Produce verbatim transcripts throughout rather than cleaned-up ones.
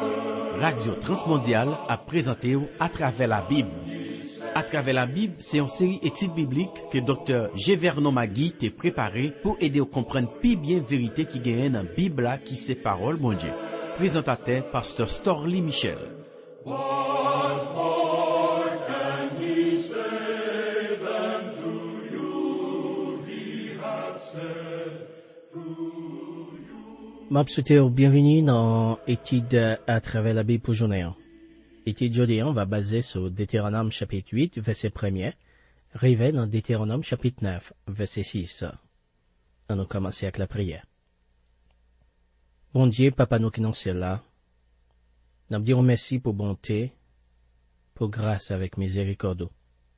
Radio Transmondiale a présenté à travers la Bible. À travers la Bible, c'est une série études bibliques que docteur Gévernon Magui t'a préparé pour aider à comprendre plus bien la vérité qui gagne dans la Bible qui c'est parole mon Dieu. Présentateur pasteur Storly Michel. M'a souhaité bienvenue dans étude à travers la Bible pour journée. Étude aujourd'hui, on va baser sur Deutéronome chapitre huit, verset premier, arrivé dans Deutéronome chapitre neuf, verset six. On va commencer avec la prière. Bon Dieu, Papa nous qui nous sommes là, nous disons merci pour bonté, pour grâce avec miséricorde.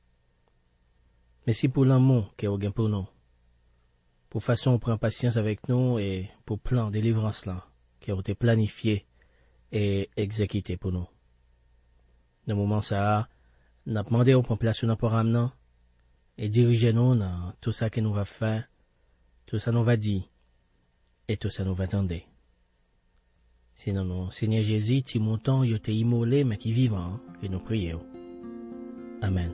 Merci pour l'amour que vous avez pour nous. Pour façon on prend patience avec nous et pour plan de délivrance là, qui a été planifié et exécuté pour nous. Dans le moment ça, nous avons demandé au prendre place sur notre programme et diriger-nous dans tout ça que nous va faire, tout ça nous va dire et tout ça nous va attendre. Sinon, nous, Seigneur Jésus, ti montant, il était immolé mais qui vivant, et nous prions. Amen.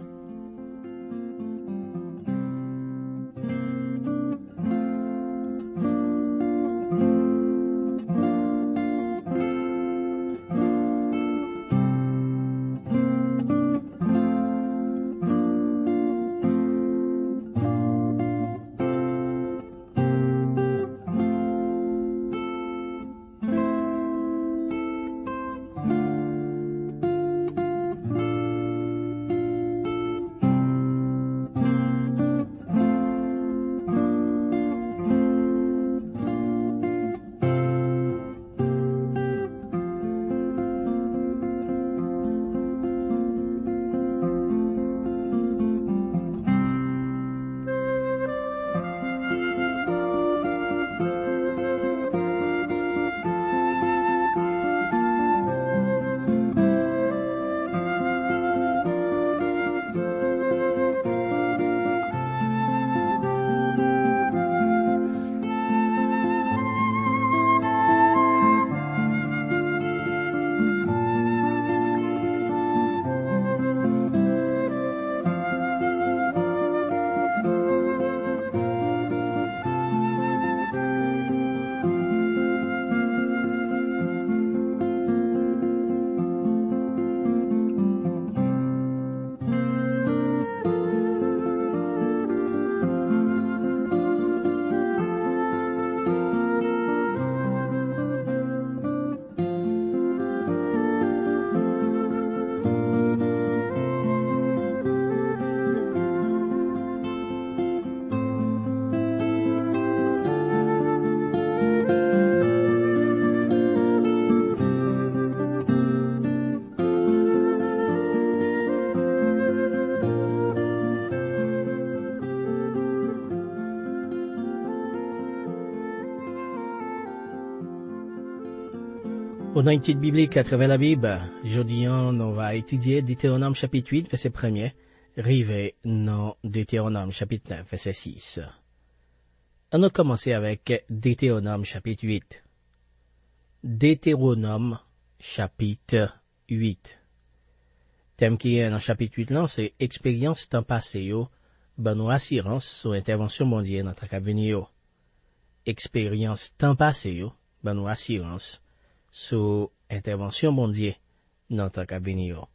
Pour une étude biblique à travers la Bible, aujourd'hui on va étudier Deutéronome chapitre huit, verset premier, rivé dans Deutéronome chapitre neuf, verset six. On a commencé avec Deutéronome chapitre huit. Deutéronome chapitre huit. Thème qui est dans chapitre huit là, c'est expérience temps passé yo, ben nous assurance sur intervention mondiale dans notre avenir. Expérience temps passé yo, ben nous assurance sur intervention mondiale dans notre avenir.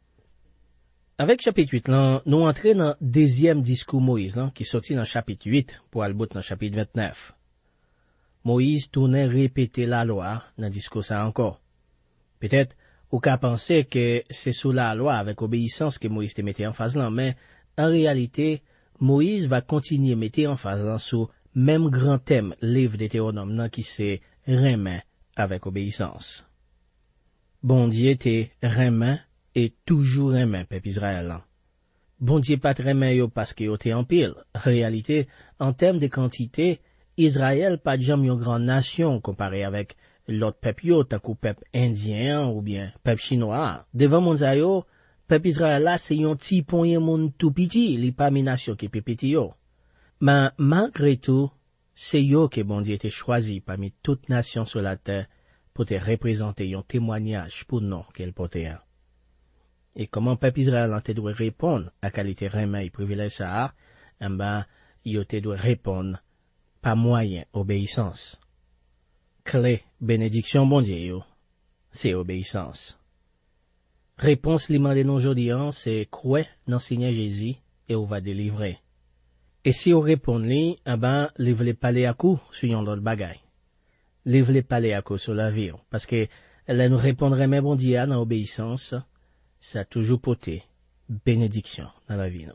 Avec chapitre huit là, nous entrons dans le deuxième discours Moïse là, qui sorti dans chapitre huit pour aller dans chapitre vingt-neuf. Moïse tournait répéter la loi dans le discours ça encore. Peut-être ou qu'à penser que c'est sous la loi avec obéissance que Moïse te mettait en phase là, mais en réalité, Moïse va continuer mettre en phase là sur même grand thème livre Deutéronome là qui c'est remet avec obéissance. Bon Dieu te remet et toujours remet peuple Israël. Bon Dieu pas remet yo parce que yo te en pile. En réalité, en termes de quantité, Israël pas jamais une grande nation comparé avec l'autre peuple yo, takou peuple indien ou bien peuple chinois. Devant mon zayo, peuple Israël là c'est un petit point moun tout petit, li pas mi nation qui peut petit yo. Mais malgré tout, c'est yo que bon Dieu te choisi parmi toutes nations sur la terre pour te représenter un témoignage pour nous qu'elle portait. Et comment peuple Israël te doit répondre à qualité remède et privilège ça, eh ben, il te doit répondre par moyen obéissance. Clé bénédiction bon Dieu, c'est obéissance. Réponse li mande nous aujourd'hui, c'est croire dans Seigneur Jésus et on va délivrer. Et si on répond li, eh ben, li vle parler à coup sur yon l'autre bagaille. Li vle parler à coup sur la vie, parce que elle nous répondrait même bon Dieu dans obéissance, ça a toujours porté bénédiction dans la vie, non.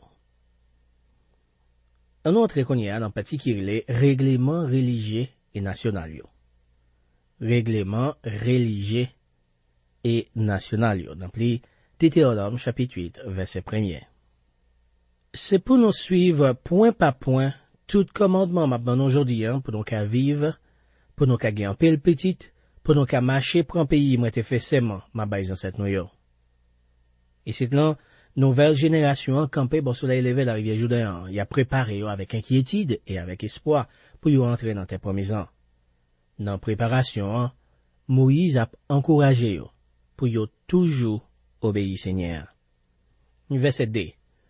Un autre reconnaît dans petit qui est règlement religieux et national. Règlement religieux et national. Dans le Deutéronome chapitre huit, verset premier. C'est pour nous suivre point par point tout commandement maintenant aujourd'hui hein, pour nous qu'à vivre, pour nous qu'à gagner un peu petit, pour nous qu'à marcher pour un pays où fait seulement ma base dans cette noyau. Et c'est là, nouvelle génération campée bon soleil levé la rivière Jourdain, y a préparé avec inquiétude et avec espoir pour y entrer dans tes premiers ans. Dans préparation, Moïse a encouragé pour y toujours obéir Seigneur. Verset deux.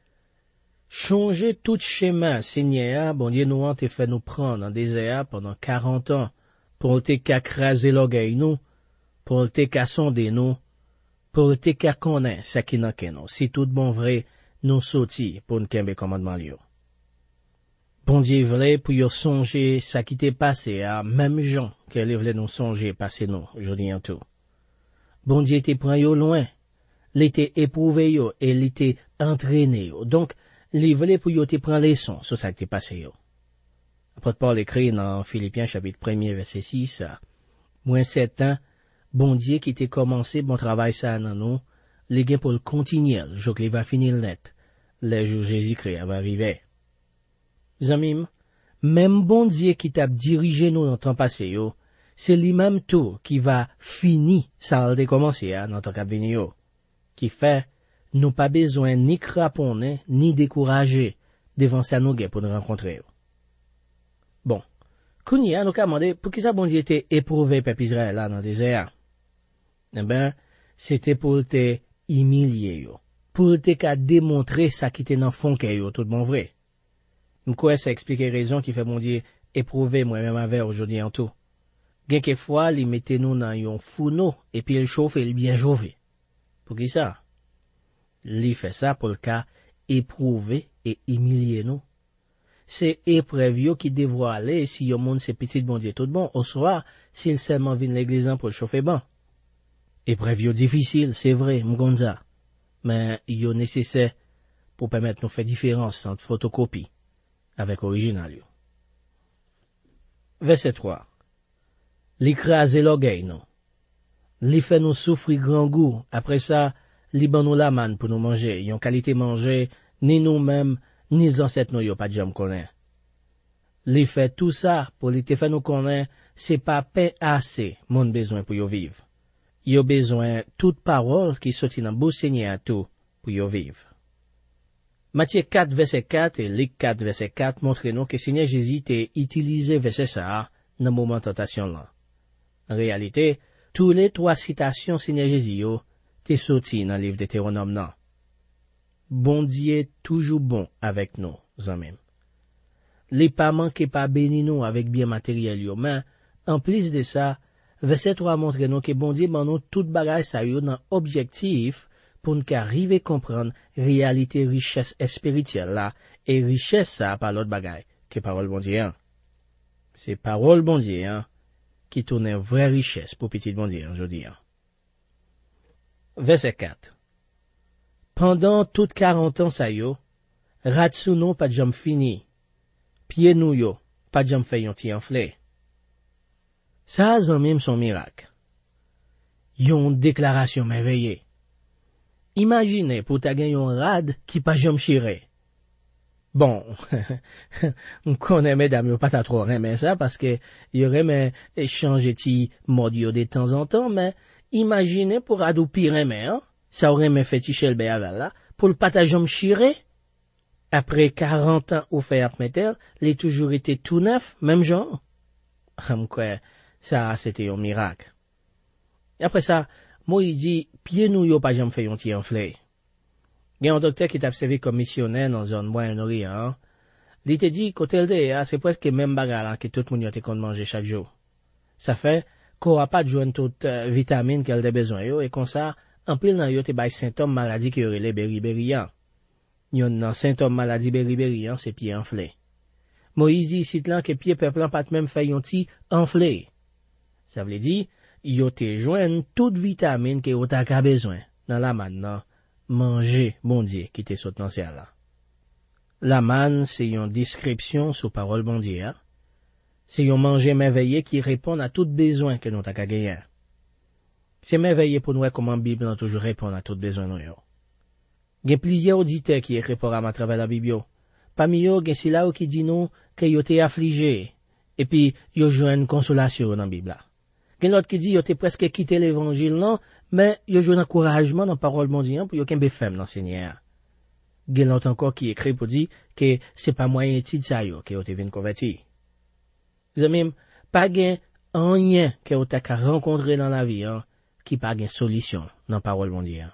Changer tout chemin, Seigneur, bon Dieu nous a fait nous prendre dans le désert pendant quarante ans, pour te qu'accraser l'orgueil nous, pour te qu'à sonder nous, pour te qu'à connaître ce qui n'a qu'à nous. Si tout bon vrai, nous sortis pour nous kembe commandement liyo. Bon Dieu vrai pour y songer ça qui t'est passé à même gens qu'elle voulait nous songer passer nous, aujourd'hui en tout. Bon Dieu te prend yo loin, l'été éprouvé yo et l'été entraîné yo. Donc, li voulait pour yo te prendre leçon sur ça qui t'est passé yo. Apôtre Paul écrit dans Philippiens chapitre premier verset six, moins sept ans, bon Dieu qui t'est commencé bon travail ça dans nous, les gains pour le continuer, je qu'il va finir net, le jour Jésus-Christ va arriver. Zamim, même bon Dieu qui t'a dirigé nous dans le temps passé yo, c'est lui-même tout qui va finir ça a commencé dans le temps qui vient yo, qui fait nous pas besoin ni craponner ni décourager devant ça nous pour nous rencontrer. Bon, Kounia nous a demandé pour qui ça bon Dieu était éprouvé peuple Israël là dans le désert. Eh ben, c'était pour te humilier yo, pour te qu'à démontrer ça qui était dans fond que yo tout bon vrai. M'kouè ça explique raison qui fait bon Dieu éprouver moi-même avec aujourd'hui en tout. Quelques fois, il mettait nous dans un fourneau et puis il chauffe et il bien chauffé. Pour qui ça? Il fait ça pour le cas éprouver et humilier nous. C'est épreuve qui dévoile si yon monde c'est petit bon Dieu tout bon, au soir, s'il seulement vient l'église pour le chauffer bon. Épreuve difficile, c'est vrai, m'gonza. Mais yon nécessaire pour permettre nous faire différence entre photocopie avec original. Verset trois. L'écraser l'orgueil, non. Li fait nous souffrir grand goût. Après ça, li ban nous la manne pour nous manger. Yon qualité manger, ni nous-mêmes, ni les ancêtres nous yon pas de jam connaît. Li fait tout ça pour li te fait nous connaître, c'est pas pain assez, mon besoin pour yo vivre. Yo besoin toute parole qui sortit dans bouche Seigneur tout pour yo vivre. Matthieu quatre, verset quatre et Luc quatre, verset quatre montrent nous que Seigneur Jésus t'a utilisé verset ça dans le moment de tentation là. En réalité, tous les trois citations Seigneur Jésus yo t'es sorti dans le livre de Deutéronome non. Bon Dieu toujours bon avec nous, amis. Les pas manquent pas béni nous avec bien matériel yo, mais en plus de ça, verset trois montre nous que bon Dieu ban nous toute bagage ça yo dans objectif pour nous arriver à comprendre réalité richesse spirituelle là et richesse ça par l'autre bagage que parole bon Dieu. Hein. C'est parole bon Dieu hein, qui tourne une vraie richesse pour petit bon Dieu aujourd'hui. Hein. Verset quatre. Pendant toutes quarante ans ça yo, ratsou nou pas jam fini. Pied nou yo, pas jam fait yon ti enflé. Ça en même son miracle. Yon déclaration merveilleuse. Imaginez pour ta gagner un rad qui pas jam chiré. Bon, on connaît mesdames yo pas ta trop remet ça parce que y aurait mais échanger ti mode yo de temps en temps mais imaginez pour adou pire remet hein, ça aurait mais fait tichel be aval là pour le pas jam chiré. Après quarante ans au fait apmeter, il toujours été tout neuf, même genre. Quoi, ça c'était un miracle. Et après ça, Moïse dit, pied nous yo pas jamais fait yon ti enflé. Il y a un docteur qui t'a servi comme missionnaire dans zone Moyen-Orient. Il te dit, côté le c'est presque même bagarre que tout le monde a qu'on manger chaque jour. Ça fait qu'on n'a pas de joindre toute euh, vitamine qu'elle a besoin yo, et comme ça, en pile nan yo te bay symptômes maladie qui aurait les beribériens. Yon nan symptômes maladie beribériens, c'est pied enflé. Moïse dit ici là que pied peuple pas même fait yon ti enflé. Ça veut dire, yo te joindre toute vitamine que yo t'a besoin. Dans la maintenant, manger, bon Dieu, qui te saute dans ciel là. La manne, c'est une description sous parole bon Dieu. Hein? C'est un manger merveilleux qui répond à tout besoin que nous avons gagné. C'est merveilleux pour nous comment la Bible a toujours répond à tout besoin nous. Il y a plusieurs auditeurs qui répondent à travers la Bible. Parmi eux, il y a ceux qui disent nous que vous êtes affligés et puis vous jouez une consolation dans la Bible. Il y a l'autre qui dit que vous êtes presque quitté l'évangile, non, mais vous jouez un encouragement dans la parole de Dieu pour que vous faire dans le Seigneur. Il y a l'autre encore qui écrit pour dire que ce n'est pas moyen de ça que vous êtes converti. Vous avez pas de rien que vous avez rencontré dans la vie hein, qui pas de solution dans la parole de Dieu.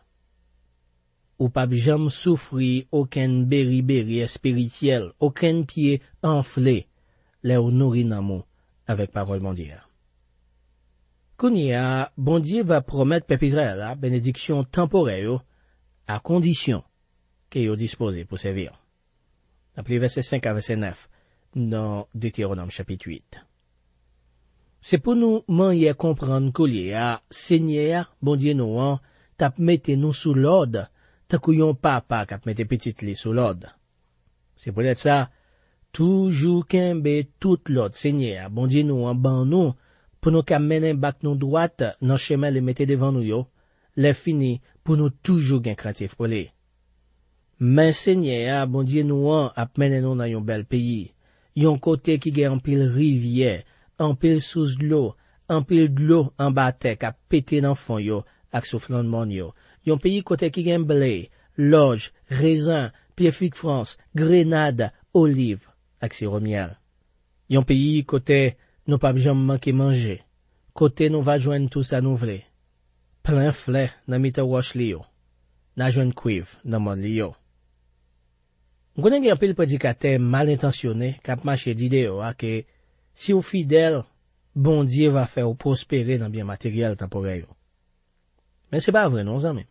Ou pas jamais souffrir aucun beriberi spirituel, aucun pied enflé, là où nourrit l'amour avec parole de Dieu. Kounia, bon Dieu va promettre peuple Israël la bénédiction temporaire à condition qu'il est disposé pour servir. Après verset cinq à verset neuf dans Deutéronome chapitre huit. C'est pour nous manier comprendre que à Seigneur, bon Dieu nous, t'a mette nous sous l'ordre, t'as couillon papa qui mette petite li sous l'ordre. C'est pour être ça, toujours qu'embe tout l'ordre, Seigneur, bon Dieu nous, en ban nous, pour nous mener bac nous droite, dans chemin les mettre devant nous yo, les fini, pour nous toujours gain craintif pour les. Mais Seigneur, bon Dieu nous, a mené nous dans un bel pays, yon côté qui gagne en pile rivière, en pile sous de l'eau, en pile de l'eau en bas terre qui a pété dans fond yo, ak soufflant de mon yo. Yon pays côté qui gagne blé, loge, raisin, pierre France, grenade, olive, ak sirop miel. Yon pays côté nous pas jamais manquer manger. Côté nous va joindre tout ça nous vle. Plein flé dans mita wash li yo. Na joindre cuivre dans mon li yo. On connaît un peu le prédicateur mal intentionné qui a marché d'idée que si vous fidèle, bon Dieu va faire prospérer dans bien matériel temporaire. Mais c'est pas vrai, non, amis.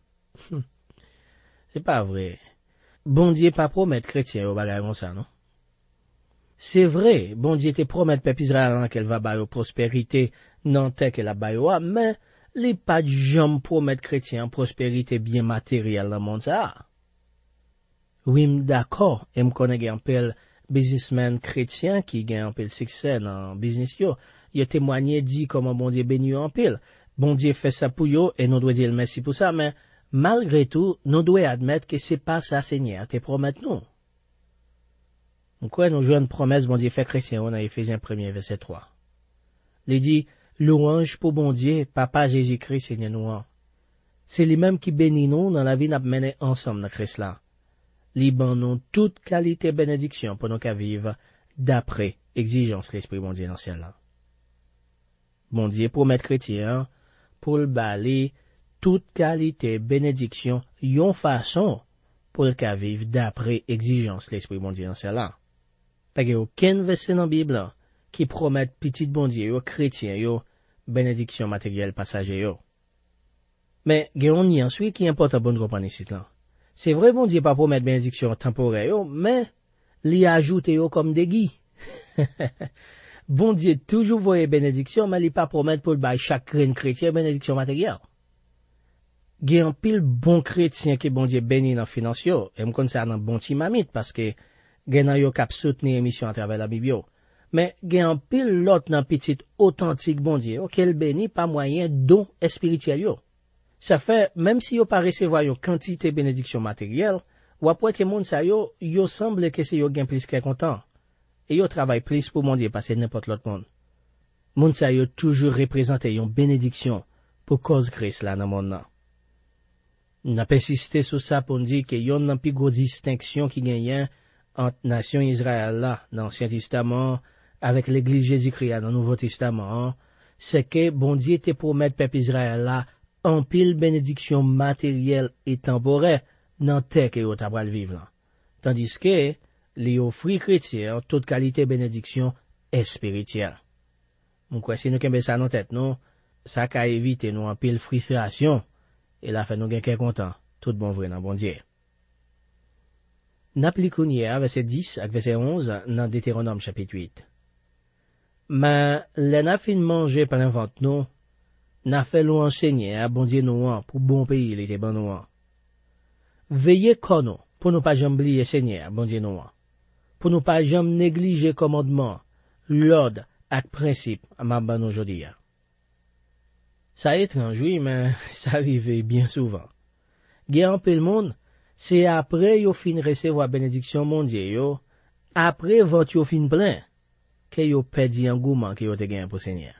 C'est pas vrai. Bon Dieu pas promettre chrétien au bagage comme ça, non? C'est vrai, bon Dieu te promettre peuple Israël qu'elle va bailler prospérité non tel que la baille, mais les pas de jamais promettre chrétien prospérité bien matérielle dans le monde ça. Oui, d'accord, et me connais un peu businessman chrétien qui gagne un peu de succès dans le business yo. Il a témoigné, dit comment bon Dieu bénit en pile. Bon Dieu fait ça pour yo, et nous doit dire merci pour ça, mais malgré tout, nous devons admettre que c'est pas ça, Seigneur, te promettre nous. Pourquoi nous jouons une promesse, bon Dieu fait chrétien, on a Éphésiens un verset trois. Il dit, louange pour bon Dieu, Papa Jésus-Christ, Seigneur nous. C'est lui-même qui bénit nous dans la vie n'a mené ensemble dans Christ là. Liban nous toute qualité bénédiction pour nous qu'à vivre d'après exigence l'Esprit bon Dieu dans ciel là. Bon Dieu promet chrétien pour le balayer toute qualité bénédiction yon façon pour le qu'à vivre d'après exigence l'Esprit bon Dieu dans ciel là. Pas que aucun verset dans la Bible qui promet petit bon Dieu yo chrétien yo bénédiction matérielle passager yo. Mais on y ensuite qui importe à bonne comprendre ici là. C'est vrai, bon Dieu pas promettre bénédiction temporaire, mais l'y ajoute yo comme des guis. Bon Dieu toujours voye bénédiction, mais l'y pas promettre pour le bail chaque chrétien bénédiction matérielle. Gen un pile bon chrétien qui bon Dieu béni dans financier, et me concerne bon ti mamite parce que gen yo cap soutenir émission à travers la Bible. Mais gen un pile l'autre dans petit authentique bon Dieu, qu'elle béni pas moyen don spirituel yo. Ça fait, même si yo pas recevoir une quantité de bénédiction matérielle, ou après que moun sa yo, yo semble que c'est yo gen plus que content. Et yo travaille plus pour mon Dieu parce que n'importe l'autre monde. Moun sa yo toujours représenté une bénédiction pour cause Christ là dans le monde. N'a persisté sur ça pour dire que yon nan pi gros distinction qui gagne entre nation Israël là dans l'Ancien Testament avec l'église Jésus-Christ dans le Nouveau Testament. c'est que bon Dieu te promet peuple Israël là en pile bénédiction matérielle et temporaire dans terre que yo t'a pral vivre là. Tandis que les offrir chrétiens toute qualité bénédiction est spirituelle. Mon quoi si nous kembe ça dans tête nous, ça ka éviter nous en pile frustration et la fait nous gen content, tout bon vrai dans bon Dieu. N'appliquons hier verset dix à verset onze dans Deutéronome chapitre huit. Mais les n'a fin manger par l'invente nous, n'a fait nous enseigner à bon Dieu nous pour bon pays il était bon nous. Veillez comme nous pour nous pas jamais oublier Seigneur bon Dieu nous. Pour nous pas jamais négliger commandement, l'ordre et principe à ma ban aujourd'hui. Ça est étrange oui mais ça arrive bien souvent. Gen en peu le monde c'est après yo fin recevoir bénédiction mon Dieu yo, après vent yo fin plein que yo perdi engouement que yo te gen pour Seigneur.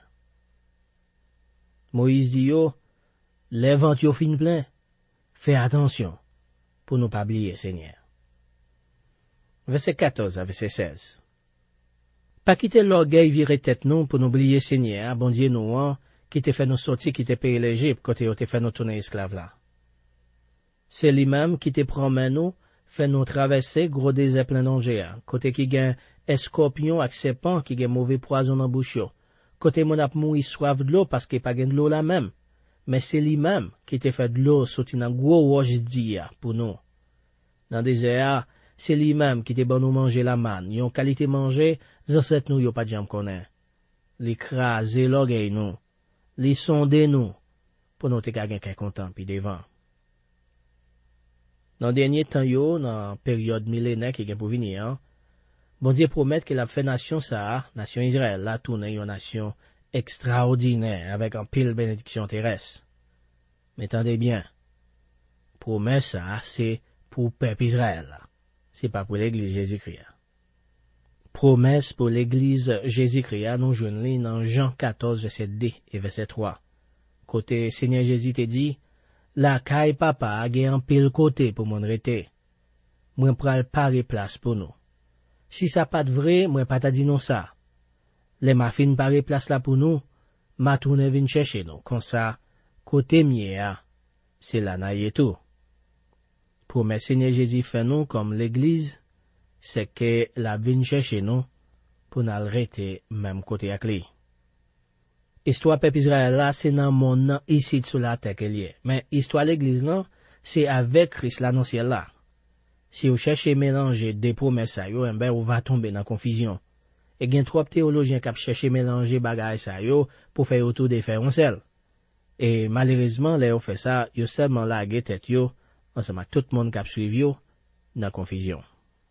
Moïse dit yo, les vent yo fin plein, fais attention pour ne pas oublier Seigneur. Verset quatorze à verset seize. Pas quitter l'orgueil virer tête non pour n'oublier Seigneur, bon Dieu nous qui te fait nous sortir, qui te paye l'Égypte, côté yo te fait nous tourner esclaves là. C'est lui-même qui te promène nous, fait nous traverser gros désert plein danger, côté qui gagne escorpion ak serpent qui gagne mauvais poison dans bouche yo. Côté mon ap mouri soif de l'eau parce qu'il pas gagne de l'eau là même. Mais c'est lui-même qui te fait de l'eau sorti dans gros roche dia pour nous. Dans désert, c'est lui-même qui te bon nous manger la manne, yon qualité manger, ancêtre nous yo pas jam connaît. L'écraser l'orgueil nous, les sonder nous pour nous te gagne content puis devant. Dans dernier temps yo, dans période millénaire qui est pour venir, bon Dieu promet que la fait nation ça, nation Israël, la tourne une nation extraordinaire avec un pile bénédiction terrestre. Mais attendez bien, promesse ça, c'est pour peuple Israël, c'est pas pour l'église Jésus-Christ. Promesse pour l'église Jésus-Christ, nous joignons dans Jean quatorze, verset deux et verset trois. Côté Seigneur Jésus te dit, la caille papa a gagné un pile côté pour mon rete. Moi pral pare place pour nous. Si ça pas de vrai, moi pas t'a dit non ça. Les ma fin pare place là pour nous, ma tourne vin chercher nous. Comme ça, côté mieux, c'est là naïe tout. Promesse Seigneur Jésus fait nous comme l'église, c'est que la vin chercher nous, pour nous arrêter même côté avec lui. Histoire peuple Israël là, c'est dans mon nom ici sur la terre qu'elle est. Mais histoire l'église là, c'est avec Christ là dans ciel là. Si vous cherchez mélanger des promesses ça yo, ben vous va tomber dans confusion. Et gen trop théologiens qui chercher mélanger bagaille ça yo pour faire autour des faire on seul. Et malheureusement, là on fait ça, yo seulement la tête yo, ensemble tout le monde qui suivi yo dans confusion.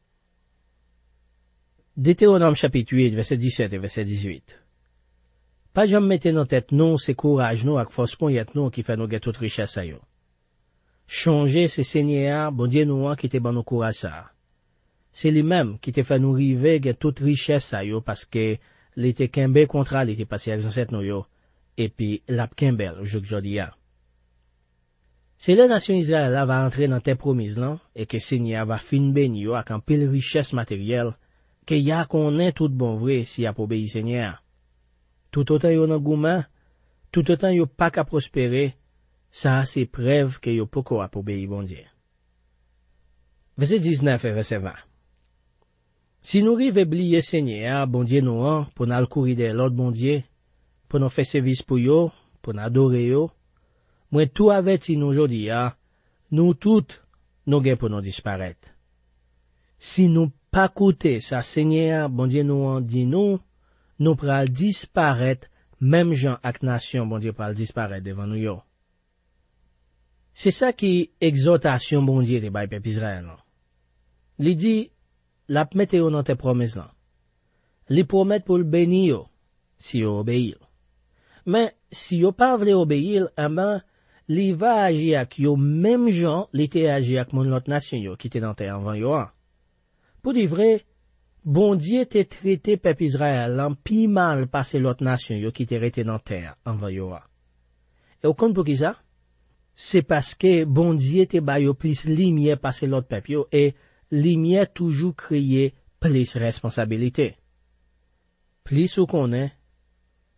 Deutéronome chapitre huit verset dix-sept et verset dix-huit. Pas jamais mettez dans tête non, c'est courage nous ak force pour y être nous qui fait nous get toute richesse ça yo. Changer ce Seigneur, bon Dieu nous qui te ban nous courage ça. C'est lui-même qui te fait nous river get toute richesse ça yo parce que l'été kembe contrat l'été passé avec ancêtre nous yo et puis la kembel aujourd'hui a. C'est la nation Israël là va entrer dans terre promise là et que Seigneur va fin béni yo ak un pile richesse matérielle que y a connaît tout bon vrai si y a obéi Seigneur. Tout autant yo nan gouman, tout autant yo pas qu'à prospérer, ça c'est preuve que yo poko a obéi bon Dieu. Verset dix-neuf et verset vingt. Si nous rive oublier Seigneur, bon Dieu nous an, pour nous courir de l'autre bon Dieu, pour nous faire service pour yo, pour nous adorer yo, moi tout averti nous aujourd'hui, nous toutes, nous gen pour nous disparaître. Si nous pas coûter ça Seigneur, bon Dieu nous an dit nous, nous pral disparaître, même gens ak nation, bon Dieu pral disparaître devant nous yo. C'est ça qui exhortation bon Dieu de bay peuple Israël. Li dit, la mette yo dans tes promesses là. Li promet pour le bénir yo, si yo obéir. Mais si yo pas vle obéir, eh ben, li va agir ak yo même gens, li te agir ak mon l'autre nation yo qui te dans terre avant yo. Pour dire vrai, bon Dieu te traité peuple Israël en pi mal passé l'autre nation yo qui te rete dans terre avant yo. Et au compte pour qui ça? C'est parce que bon Dieu te ba yo plus lumière passé l'autre peuple yo et lumière toujours créer plus responsabilité. Plus ou connaît,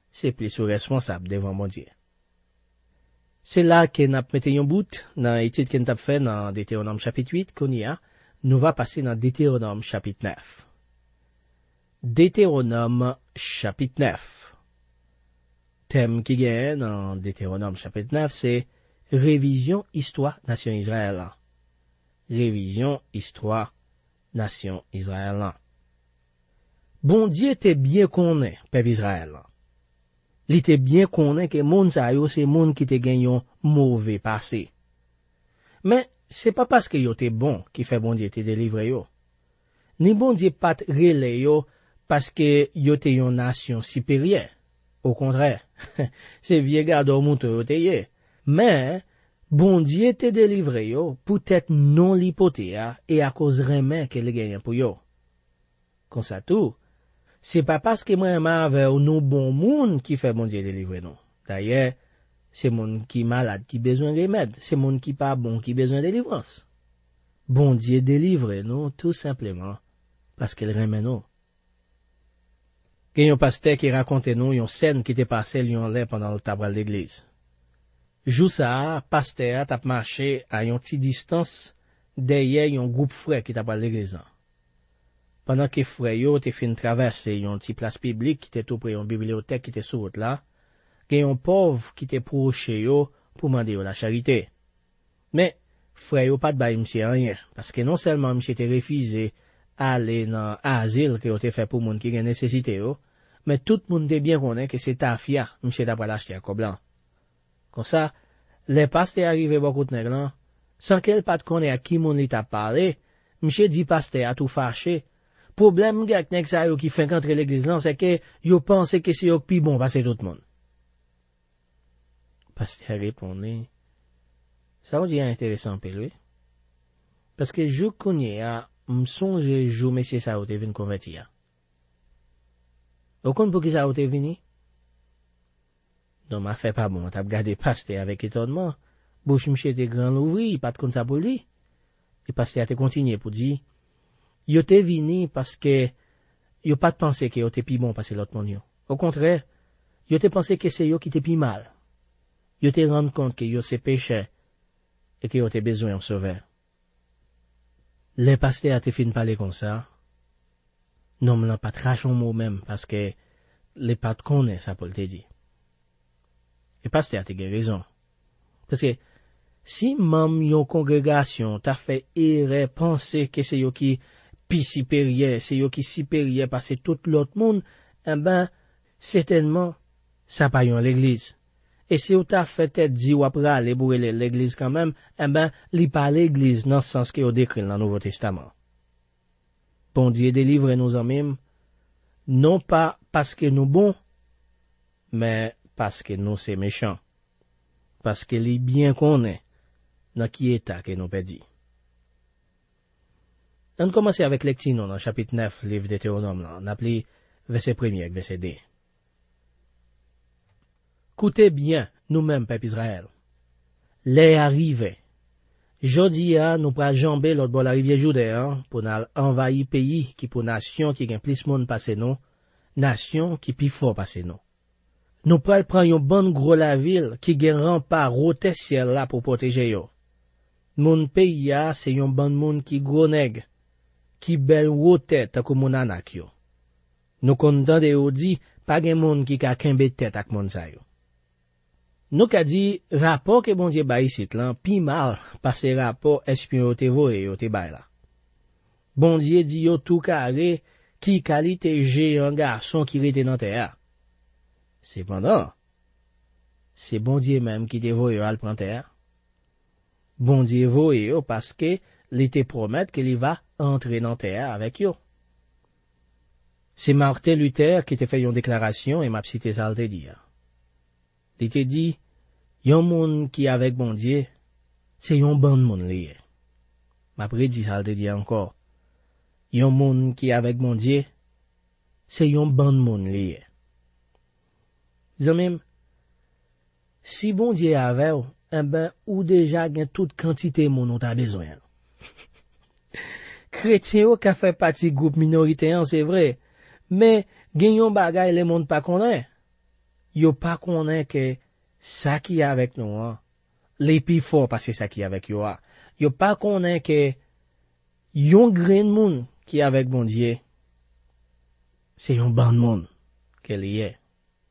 c'est plus ou responsable devant mon Dieu. C'est là que nous mettons un bout dans l'étude que nous avons fait dans Deutéronome chapitre huit, qu'on y a, nous va passer dans Deutéronome chapitre neuf. Deutéronome chapitre neuf. Thème qui gagne dans Deutéronome chapitre neuf, c'est Révision Histoire Nation Israël. Révision Histoire Nation Israël. Bon Dieu était bien connaît, peuple Israël. Il était bien connaît que moun sa yo c'est moun qui te gagné un mauvais passé. Mais c'est pas parce que yo te bon qui fait bon Dieu te délivrer yo. Ni bon Dieu pas relé yo parce que yo te une nation supérieure. Au contraire, c'est vieux gardeur moun yo te yé. Mais bon Dieu te délivré yo peut-être non l'hypothèse et à cause remen que le gagne pour yo. Comme ça tout, c'est pas parce que moi m'avais nous bon monde qui fait bon Dieu délivrer nous. D'ailleurs, c'est monde qui malade qui besoin de remède, c'est monde qui pas bon qui besoin de délivrance. Bon Dieu délivre nous tout simplement parce qu'il remet nous. Il y a un pasteur qui raconte nous une scène qui était passée lui en l'air pendant le tabral d'église. Jou ça, pasteur t'a marché à une petite distance derrière un groupe frère qui t'a parlé l'église. Pendant que frère yo te fin traverser une petite place publique qui était tout près une bibliothèque qui était sur route là, qu'il y a un pauvre qui était proche yo pour demander la charité. Mais frère yo pas de bail monsieur rien parce que non seulement monsieur était refusé aller dans asile que yo te fait pour monde qui a nécessité yo, mais tout le monde bien connaît que c'est tafia monsieur t'a pas l'acheter à Coblan. Comme ça, les pasteurs arrivés beaucoup de nègres, sans qu'elle pas de connaître à qui mon lit a parlé, monsieur dit pasteur a tout fâché. Problème gak nèg sa yo qui fait rentrer l'église là, c'est que yo pense que c'est yo plus bon passer tout le monde. Pasteur répondait, ça on dit intéressant pour lui. Parce que je connais à m'songe jou monsieur ça ou te vinn convertir. Au compte pour qui ça ou te vinn? Non, m'a fait pas bon, t'as regardé pasteur avec étonnement. Bouche m'chè te grand l'ouvri, pas de kon sa pour lui. Et pasteur te continué pour dire, yo te vini parce que yo pas de penser que yo te pi bon passer l'autre monde yo. Au contraire, yo te pensé que c'est yo qui te pi mal. Yo te rendre compte que yo c'est péché et que yo te besoin de sauveur. Les pasteurs te fin parler comme ça. Non, m'lan pas trache un mot même parce que les pas de connaît ça pour te dire. Et pasteur te gen raison. Parce que si même yon congrégation t'a fait erreur penser que c'est yo qui pi supérieur, c'est yo qui supérieur parce que tout l'autre monde, eh ben, certainement, ça pas yon l'église. Et si yo t'a fait tête dit ou après aller pour l'église quand même, eh ben, li pas l'église dans le sens que yo décrit dans le Nouveau Testament. Bon Dieu délivre nous en même, non pas parce que nous bons, mais parce que nous c'est méchants. Parce que li bien connaît dans qui état que nous perdit. On commence avec lecture dans le chapitre neuf, livre de Deutéronome, on appelé verset premier avec verset deux. Écoutez bien, nous-mêmes, peuple Israël. Les arrivés. Jodi a, nous pral jamber l'autre bord la rivière Jourdain pour nous envahir pays qui pour nation qui gagne plus monde passé nous, nation qui plus fort passé nous. Nous pral prendre un bon gros la ville qui gagne rempart roté ciel là pour protéger yo. Mon pays a, c'est un bon monde qui gros nèg, qui bel roté tant que mon anak yo. Nous content de ou dit pas gen monde qui ka kembe tête ak mon sa yo. Nous ka dit rapport que bon Dieu ba ici là pi mal parce rapport espion te voye yo te bay là. Bon Dieu dit yo tout carré qui qualité j'ai un garçon qui rete dans terre. Cependant, c'est bon Dieu même qui te voye al prendre terre. Bon Dieu voye yo parce que il te promet qu'il va entrer dans terre avec yo. C'est Martin Luther qui te fait une déclaration et m'a cité ça te dire. Il te dit, yon moun qui avec bon Dieu, c'est yon bon moun lié. M'a prédit ça te dit encore. Yon moun qui avec bon Dieu, c'est yon bon moun lié. Zomim, si bon Dieu avait, eh ben, ou déjà gen toute quantité moun ou ta besoin. Chrétien ou ka fait partie groupe minoritaire, c'est vrai, mais gen yon bagay le monde pas connaît. yo pas connaît que ça qui est avec nous, hein, les plus fort parce que ça qui est avec yo, hein. Yo pas connaît que yon grain moun qui est avec bon Dieu, c'est yon ban moun qu'elle y est.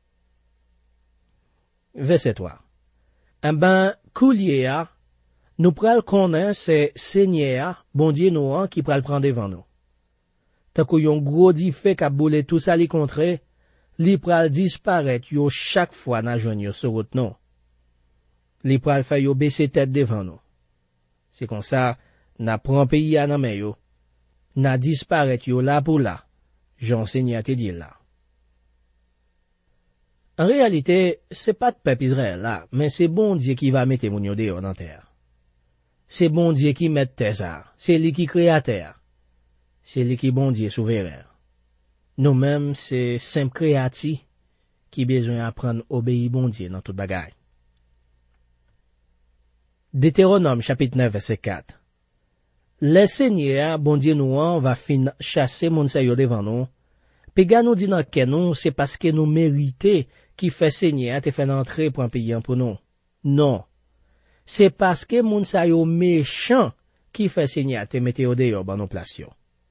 Verset trois. En ben, coulier a, nous pral connaître c'est Seigneur, bon Dieu nous, hein, qui pral prendre devant nous. Tant que yon gros di fait qu'a boule tout ça li contre, li pral disparaître yo chaque fois nan joun yo sur route non. Li pral fè yo baisser tête devant nous. C'est comme ça, n'a prend pays à nan men yo, n'a disparaître yo là pour là. Jean Seigneur te dit là. En réalité, c'est pas de peuple Israël là, mais c'est bon Dieu qui va mettre moun yo dehors dans terre. C'est bon Dieu qui met terre ça, c'est lui qui créateur. C'est lui qui bon Dieu souverain. Nous-mêmes, c'est simple créatif qui besoin apprendre obéir bon Dieu dans toute bagaille. Deutéronome chapitre neuf verset quatre. Le Seigneur, bon Dieu nous, va fin chasser moun sa yo devant nous. Puis gars nous dit dans que nous, c'est parce que nous méritons qui fait Seigneur te fait entrer pour un pays pour nous. Non. C'est parce que moun sa yo méchant qui fait Seigneur te mette au dehors dans nos places.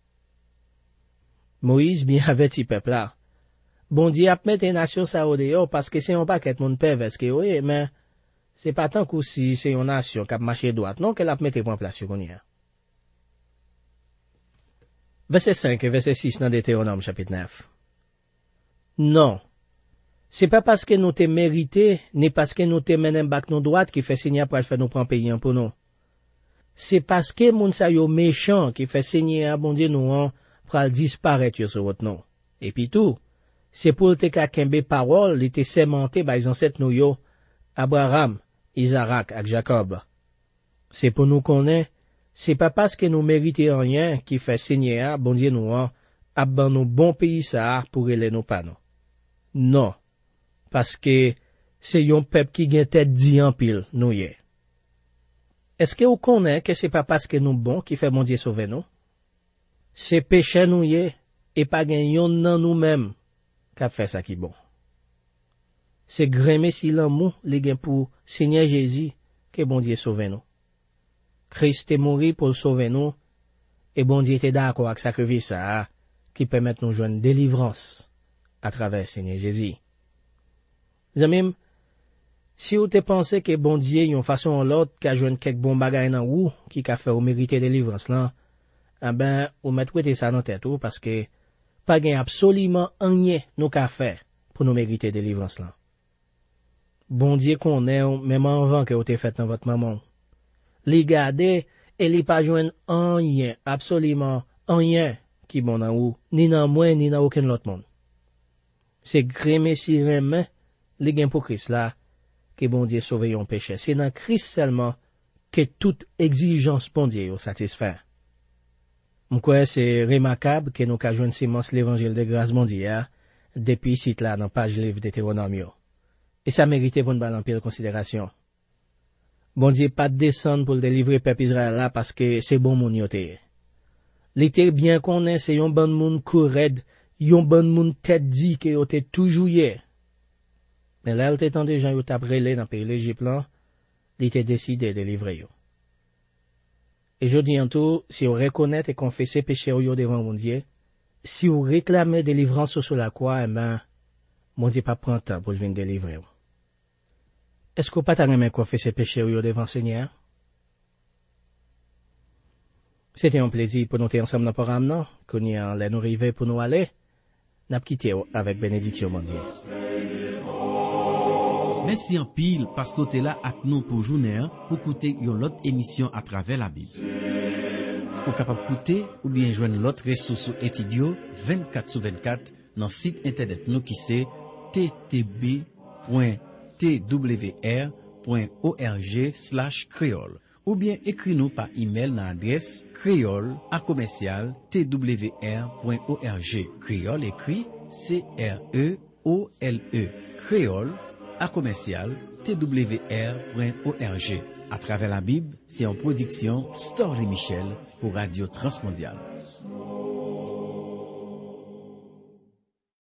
Moïse bien averti peuple là. Bon Dieu a mette nation sa au dehors parce que c'est un paquet moun pervers que oui, mais c'est pas tant que si c'est une nation qui a marché droite, non qu'elle a mette pour en place qu'on y a. Verset cinq et verset six dans Deutéronome chapitre neuf. Non. C'est pas parce que nous te mérité, ni parce que nous te menem bak nous droite qui fait Seigneur pour faire nous prendre pays pour nous. C'est parce que moun sa yo méchant qui fait Seigneur bon Dieu nous en pral disparaître sur votre nom. Et puis tout, c'est pour te ka kembe parole, li te sémenté by ancêtres nou yo, Abraham, Isaac et Jacob. C'est pour nous connaître, c'est pas parce que nous méritons rien qui fait Seigneur bon Dieu nous en, abban nous bon pays ça pour aller nous pas non. Non. Parce que c'est yon peuple qui gen tête dit en pile, nous y est. Est-ce que vous connaissez que c'est pas parce que nous bon qui fait mon Dieu sauver nous? C'est péché nous y est, et pas gen yon nan nous-mêmes qu'a fait ça qui bon. C'est grémé si l'amour li gen pour Seigneur Jésus que bon Dieu sauve nous. Christ est mort pour sauver nous, et bon Dieu était d'accord avec sacrifice ça, qui permet nous joindre délivrance à travers Seigneur Jésus. Zamim, si vous te pensez que bon Dieu yon façon ou l'autre qu'a joindre quelque bon bagay nan ou qui qu'a fait ou mériter délivrance là, eh ben, ou mettez ça dans tête ou parce que pas gain absolument rien nous qu'a fait pour nous mériter délivrance là. Bon Dieu connaît même avant que vous te fait dans votre maman. Li gade et li pas joindre rien, absolument rien qui bon nan ou, ni nan moi ni nan aucun autre monde. C'est grémé si remet li gen pour Christ là, que bon Dieu sauve yon péché. C'est dans Christ seulement que toute exigence bon Dieu est satisfait. M'kwe c'est remarquable que nous ka joindre semence l'évangile de grâce bon Dieu, depuis site là dans page livre Deutéronome. Et ça méritait pour nous en pile considération. Bon Dieu pas descendre pour délivrer peuple Israël là parce que c'est bon moun yote. L'été bien connaît c'est yon bon moun courred, yon bon moun tête dit que yote toujours hier. Mais là, il était des gens qui ont brûlé dans le pays l'Égypte là, il était décidé de livrer yo. Et je dis en tout, si vous reconnaissez et confessez péché yo devant mon Dieu, si vous réclamez délivrance sur la croix, eh ben, mon Dieu pas prend temps pour venir délivrer. Est-ce que vous pas t'aimer confesser péché yo devant le Seigneur? C'était un plaisir pour nous être ensemble dans le programme, non? Qu'on y a nous arriver pour nous aller. N'a quitté avec bénédiction, mon Dieu. Merci en pile parce que tu es là avec nous pour journée pour écouter une autre émission à travers la Bible. Pour capable écouter ou bien joindre l'autre ressource étudio vingt-quatre sur vingt-quatre dans le site internet nous qui c'est t t b point t w r point org slash créole ou bien écris-nous par email dans l'adresse créole à commercial t w r point org. Créole écrit C R E O L E. Créole à commercial t w r point org. À travers la Bible, c'est en production Storlie Michel pour Radio Transmondiale.